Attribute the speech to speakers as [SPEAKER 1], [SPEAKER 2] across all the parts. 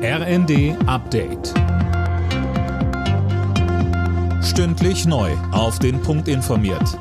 [SPEAKER 1] RND Update. Stündlich neu auf den Punkt informiert.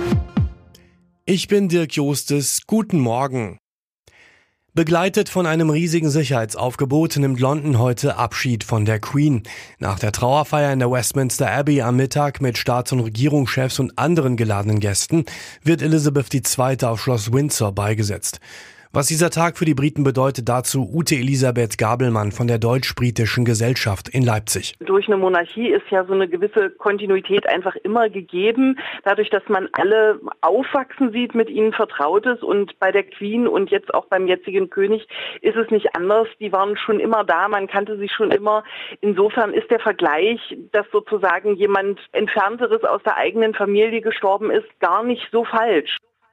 [SPEAKER 2] Ich bin Dirk Jostes. Guten Morgen. Begleitet von einem riesigen Sicherheitsaufgebot nimmt London heute Abschied von der Queen. Nach der Trauerfeier in der Westminster Abbey am Mittag mit Staats- und Regierungschefs und anderen geladenen Gästen wird Elizabeth II. Auf Schloss Windsor beigesetzt. Was dieser Tag für die Briten bedeutet, dazu Ute Elisabeth Gabelmann von der Deutsch-Britischen Gesellschaft in Leipzig.
[SPEAKER 3] Durch eine Monarchie ist ja so eine gewisse Kontinuität einfach immer gegeben. Dadurch, dass man alle aufwachsen sieht, mit ihnen vertraut ist. Und bei der Queen und jetzt auch beim jetzigen König ist es nicht anders. Die waren schon immer da, man kannte sie schon immer. Insofern ist der Vergleich, dass sozusagen jemand Entfernteres aus der eigenen Familie gestorben ist, gar nicht so falsch.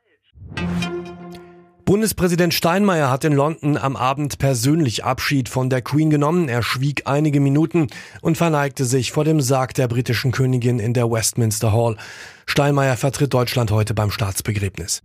[SPEAKER 2] Bundespräsident Steinmeier hat in London am Abend persönlich Abschied von der Queen genommen. Er schwieg einige Minuten und verneigte sich vor dem Sarg der britischen Königin in der Westminster Hall. Steinmeier vertritt Deutschland heute beim Staatsbegräbnis.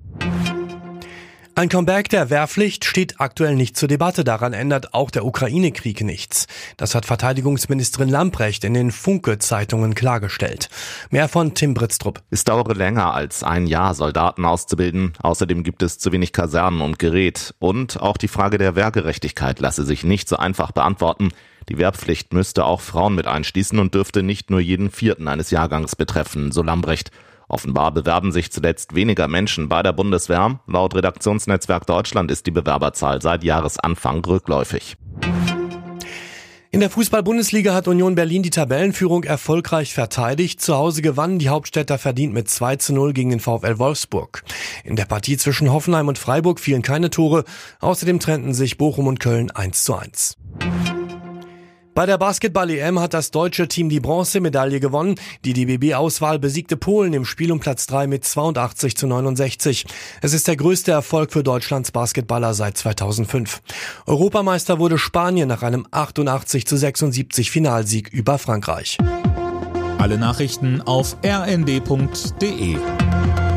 [SPEAKER 2] Ein Comeback der Wehrpflicht steht aktuell nicht zur Debatte. Daran ändert auch der Ukraine-Krieg nichts. Das hat Verteidigungsministerin Lambrecht in den Funke-Zeitungen klargestellt. Mehr von Tim Britztrup.
[SPEAKER 4] Es dauere länger als ein Jahr, Soldaten auszubilden. Außerdem gibt es zu wenig Kasernen und Gerät. Und auch die Frage der Wehrgerechtigkeit lasse sich nicht so einfach beantworten. Die Wehrpflicht müsste auch Frauen mit einschließen und dürfte nicht nur jeden Vierten eines Jahrgangs betreffen, so Lambrecht. Offenbar bewerben sich zuletzt weniger Menschen bei der Bundeswehr. Laut Redaktionsnetzwerk Deutschland ist die Bewerberzahl seit Jahresanfang rückläufig.
[SPEAKER 2] In der Fußball-Bundesliga hat Union Berlin die Tabellenführung erfolgreich verteidigt. Zu Hause gewannen die Hauptstädter verdient mit 2:0 gegen den VfL Wolfsburg. In der Partie zwischen Hoffenheim und Freiburg fielen keine Tore. Außerdem trennten sich Bochum und Köln 1:1. Bei der Basketball-EM hat das deutsche Team die Bronzemedaille gewonnen. Die DBB-Auswahl besiegte Polen im Spiel um Platz 3 mit 82:69. Es ist der größte Erfolg für Deutschlands Basketballer seit 2005. Europameister wurde Spanien nach einem 88:76 Finalsieg über Frankreich.
[SPEAKER 1] Alle Nachrichten auf rnd.de.